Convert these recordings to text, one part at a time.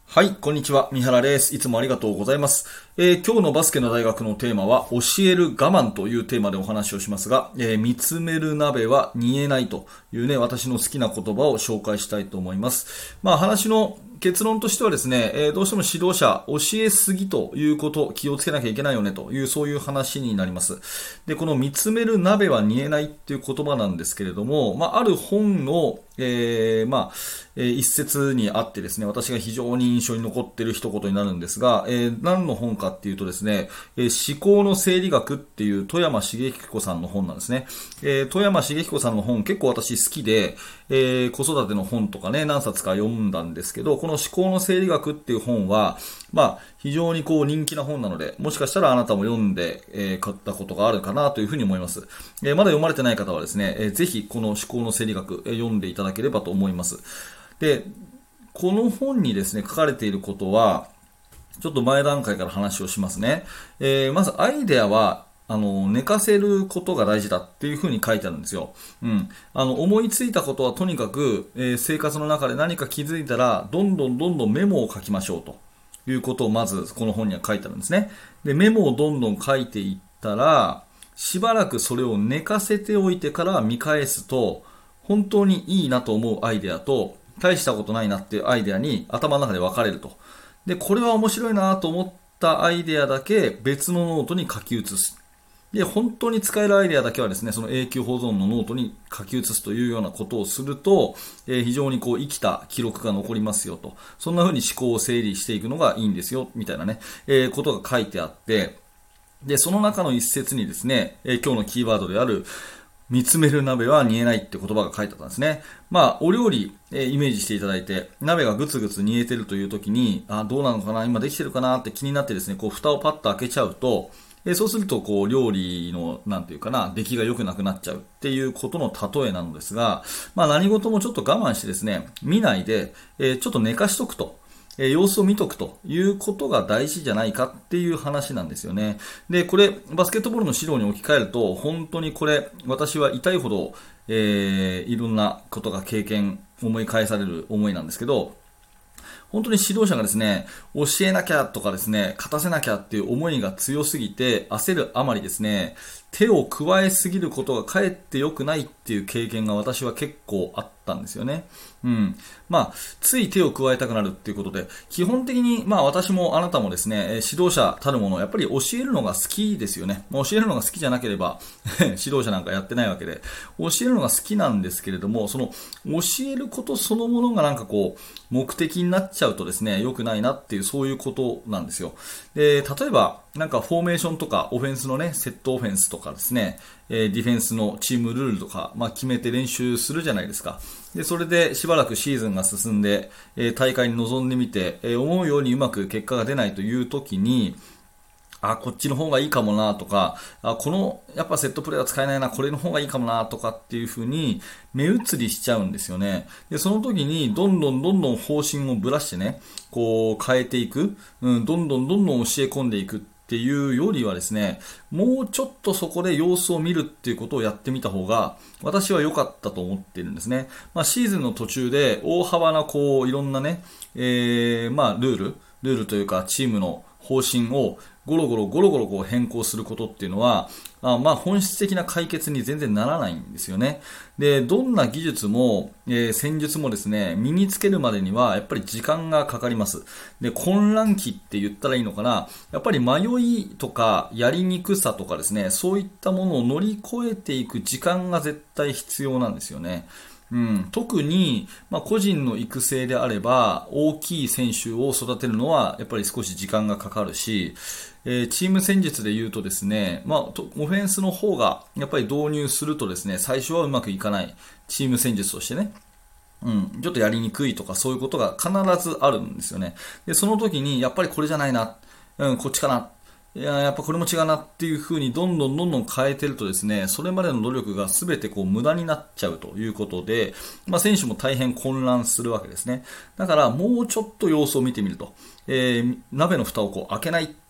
はい、こんにちは。三原です。いつもありがとうございます。今日のバスケの大学のテーマは、教える我慢というテーマでお話をしますが、見つめる鍋は煮えないというね、私の好きな言葉を紹介したいと思います。話の結論としてはですね、どうしても指導者、教えすぎということ、気をつけなきゃいけないよねという、そういう話になります。で、この見つめる鍋は煮えないっていう言葉なんですけれども、ある本の、一節にあってですね、私が非常に印象に残っている一言になるんですが、何の本かっていうとですね、思考の生理学っていう富山茂彦さんの本なんですね。富山茂彦さんの本結構私好きで、子育ての本とかね、何冊か読んだんですけど、この思考の生理学っていう本は、非常に人気な本なので、もしかしたらあなたも読んで、買ったことがあるかなというふうに思います。まだ読まれてない方はですね、ぜひこの思考の生理学、読んでいただければと思います。で、この本にですね、書かれていることは、ちょっと前段階から話をしますね。まずアイデアは、寝かせることが大事だっていうふうに書いてあるんですよ。思いついたことはとにかく、生活の中で何か気づいたら、どんどんメモを書きましょうということをまずこの本には書いてあるんですね。で、メモをどんどん書いていったら、しばらくそれを寝かせておいてから見返すと、本当にいいなと思うアイデアと、大したことないなっていうアイデアに頭の中で分かれると。で、これは面白いなと思ったアイデアだけ別のノートに書き写す。で、本当に使えるアイデアだけはですね、その永久保存のノートに書き写すというようなことをすると、非常に生きた記録が残りますよと。そんな風に思考を整理していくのがいいんですよ、みたいなね、ことが書いてあって、で、その中の一節にですね、今日のキーワードである、見つめる鍋は煮えないって言葉が書いてあったんですね。お料理、イメージしていただいて、鍋がぐつぐつ煮えてるという時に、どうなのかな、今できてるかなって気になってですね、蓋をパッと開けちゃうと、そうすると、料理の、なんていうかな、出来が良くなくなっちゃうっていうことの例えなのですが、何事もちょっと我慢してですね、見ないで、ちょっと寝かしとくと。様子を見とくということが大事じゃないかっていう話なんですよね。で、これ、バスケットボールの指導に置き換えると、本当にこれ、私は痛いほど、いろんなことが思い返される思いなんですけど、本当に指導者がですね、教えなきゃとかですね、勝たせなきゃっていう思いが強すぎて、焦るあまりですね、手を加えすぎることがかえって良くないっていう経験が私は結構あったんですよね。つい手を加えたくなるっていうことで、基本的に、私もあなたもですね、指導者たるもの、やっぱり教えるのが好きですよね。教えるのが好きじゃなければ指導者なんかやってないわけで、教えるのが好きなんですけれども、その教えることそのものが目的になっちゃうとですね、良くないなっていう、そういうことなんですよ。で、例えば、フォーメーションとか、オフェンスのね、セットオフェンスとかですね、ディフェンスのチームルールとか、決めて練習するじゃないですか。で、それでしばらくシーズンが進んで、大会に臨んでみて、思うようにうまく結果が出ないという時に、こっちの方がいいかもなとか、やっぱセットプレーは使えないな、これの方がいいかもなとかっていう風に目移りしちゃうんですよね。で、その時にどんどん方針をぶらしてね、変えていく、どんどん教え込んでいくっていうよりはですね、もうちょっとそこで様子を見るっていうことをやってみた方が、私は良かったと思っているんですね。シーズンの途中で大幅ないろんなね、ルールというかチームの方針をゴロゴロ変更することっていうのは、本質的な解決に全然ならないんですよね。で、どんな技術も、戦術もですね、身につけるまでにはやっぱり時間がかかります。で、混乱期って言ったらいいのかな、やっぱり迷いとかやりにくさとかですね、そういったものを乗り越えていく時間が絶対必要なんですよね。特に、個人の育成であれば大きい選手を育てるのはやっぱり少し時間がかかるし、チーム戦術で言うとですね、オフェンスの方がやっぱり導入するとですね、最初はうまくいかないチーム戦術としてね、ちょっとやりにくいとかそういうことが必ずあるんですよね。で、その時にやっぱりこれじゃないな、こっちかな、やっぱこれも違うなっていう風にどんどん変えてるとですね、それまでの努力が全て無駄になっちゃうということで、選手も大変混乱するわけですね。だからもうちょっと様子を見てみると、鍋の蓋を開けないっ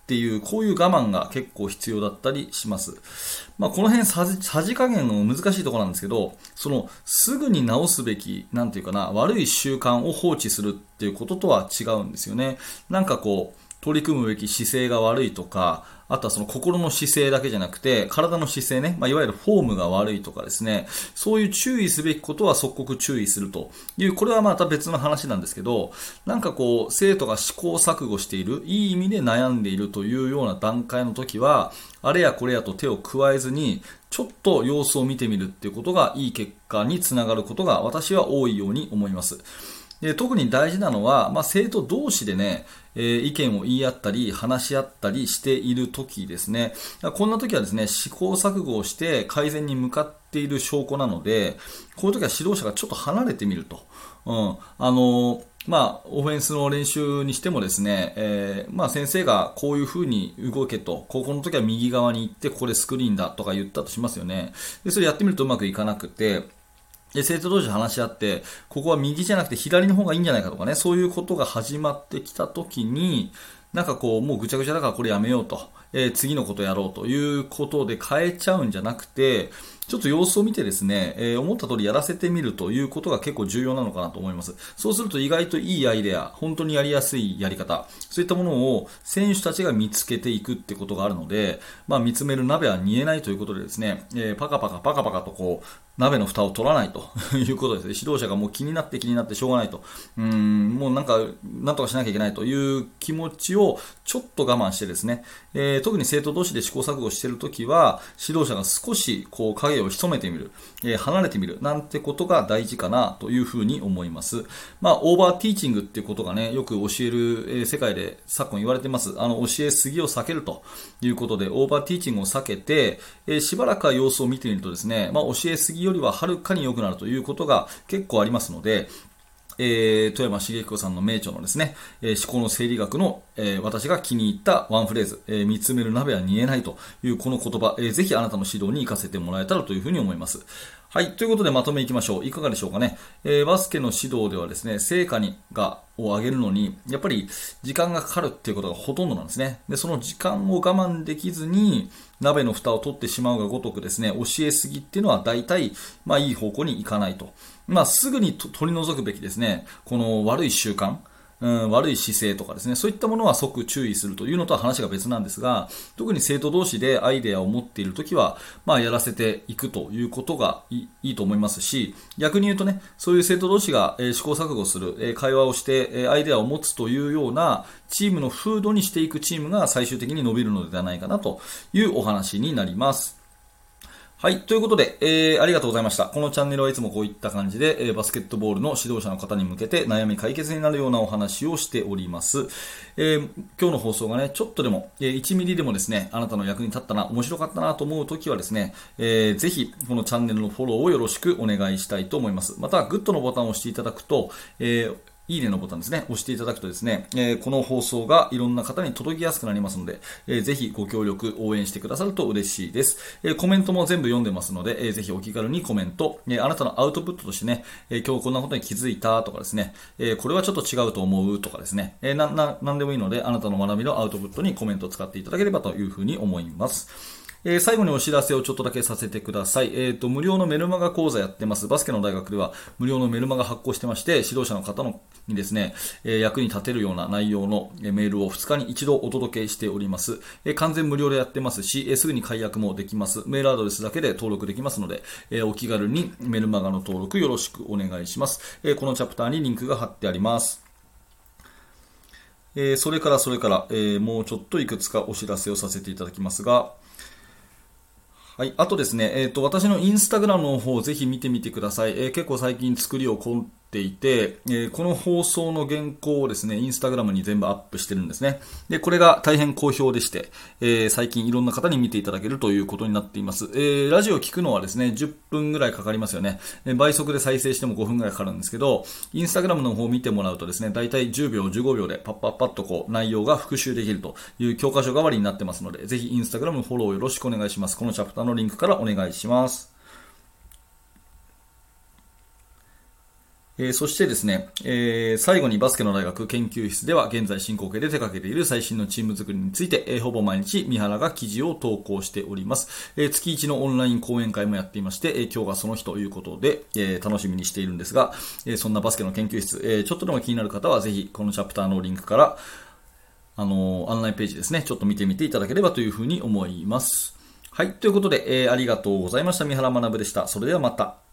っていう、こういう我慢が結構必要だったりします。この辺さじ加減の難しいところなんですけど、すぐに直すべき、なんていうかな、悪い習慣を放置するっていうこととは違うんですよね。取り組むべき姿勢が悪いとか、あとは心の姿勢だけじゃなくて、体の姿勢ね、いわゆるフォームが悪いとかですね、そういう注意すべきことは即刻注意するという、これはまた別の話なんですけど、生徒が試行錯誤している、いい意味で悩んでいるというような段階の時は、あれやこれやと手を加えずに、ちょっと様子を見てみるっていうことがいい結果につながることが私は多いように思います。特に大事なのは、生徒同士でね、意見を言い合ったり、話し合ったりしている時ですね。こんな時はですね、試行錯誤をして改善に向かっている証拠なので、こういう時は指導者がちょっと離れてみると。オフェンスの練習にしてもですね、先生がこういう風に動けと、ここの時は右側に行って、ここでスクリーンだとか言ったとしますよね。で、それやってみるとうまくいかなくて、生徒同士話し合って、ここは右じゃなくて左の方がいいんじゃないかとかね、そういうことが始まってきたときに、もうぐちゃぐちゃだからこれやめようと、次のことやろうということで変えちゃうんじゃなくて、ちょっと様子を見てですね、思った通りやらせてみるということが結構重要なのかなと思います。そうすると意外といいアイデア、本当にやりやすいやり方、そういったものを選手たちが見つけていくってことがあるので、見つめる鍋は煮えないということでですね、パカパカと鍋の蓋を取らないということですね。指導者がもう気になってしょうがないと。もうなんとかしなきゃいけないという気持ちをちょっと我慢してですね、特に生徒同士で試行錯誤しているときは、指導者が少し影を潜めてみる、離れてみるなんてことが大事かなというふうに思います。オーバーティーチングっていうことがね、よく教える、世界で昨今言われてます。教えすぎを避けるということで、オーバーティーチングを避けて、しばらくは様子を見てみるとですね、教えすぎよりははるかに良くなるということが結構ありますので、富山茂彦さんの名著のですね、思考の整理学の、私が気に入ったワンフレーズ、見つめる鍋は煮えないというこの言葉、ぜひあなたの指導に活かせてもらえたらというふうに思います。はい。ということでまとめいきましょう。いかがでしょうかね。バスケの指導ではですね、成果を上げるのに、やっぱり時間がかかるっていうことがほとんどなんですね。で、その時間を我慢できずに、鍋の蓋を取ってしまうがごとくですね、教えすぎっていうのは大体、いい方向にいかないと。すぐに取り除くべきですね、この悪い習慣、悪い姿勢とかですね、そういったものは即注意するというのとは話が別なんですが、特に生徒同士でアイデアを持っているときは、やらせていくということがいいと思いますし、逆に言うとね、そういう生徒同士が試行錯誤する、会話をしてアイデアを持つというようなチームの風土にしていくチームが最終的に伸びるのではないかなというお話になります。はい。ということで、ありがとうございました。このチャンネルはいつもこういった感じで、バスケットボールの指導者の方に向けて悩み解決になるようなお話をしております。今日の放送がね、ちょっとでも、1ミリでもですね、あなたの役に立ったな、面白かったなと思うときはですね、ぜひ、このチャンネルのフォローをよろしくお願いしたいと思います。また、グッドのボタンを押していただくと、いいねのボタンですね、押していただくとですね、この放送がいろんな方に届きやすくなりますので、ぜひご協力、応援してくださると嬉しいです。コメントも全部読んでますので、ぜひお気軽にコメント、あなたのアウトプットとしてね、今日こんなことに気づいたとかですね、これはちょっと違うと思うとかですね、なんでもいいので、あなたの学びのアウトプットにコメントを使っていただければというふうに思います。最後にお知らせをちょっとだけさせてください。無料のメルマガ講座やってます。バスケの大学では無料のメルマガ発行してまして、指導者の方にですね、役に立てるような内容のメールを2日に1度お届けしております。完全無料でやってますし、すぐに解約もできます。メールアドレスだけで登録できますので、お気軽にメルマガの登録よろしくお願いします。このチャプターにリンクが貼ってあります。それから、もうちょっといくつかお知らせをさせていただきますが、はい。あとですね、私のインスタグラムの方をぜひ見てみてください。結構最近作りを凝っていて、この放送の原稿をですね、インスタグラムに全部アップしてるんですね。で、これが大変好評でして、最近いろんな方に見ていただけるということになっています。ラジオを聞くのはですね、10分ぐらいかかりますよね。倍速で再生しても5分ぐらいかかるんですけど、インスタグラムの方を見てもらうとですね、だいたい10秒、15秒でパッパッパッとこう内容が復習できるという教科書代わりになってますので、ぜひインスタグラムのフォローよろしくお願いします。このチャプターのリンクからお願いします。 そしてですね、最後にバスケの大学研究室では現在進行形で手掛けている最新のチーム作りについて、ほぼ毎日三原が記事を投稿しております。月1のオンライン講演会もやっていまして、今日がその日ということで、楽しみにしているんですが、そんなバスケの研究室、ちょっとでも気になる方はぜひこのチャプターのリンクから案内ページですね、ちょっと見てみていただければというふうに思います。はい、ということで、ありがとうございました。三原学でした。それではまた。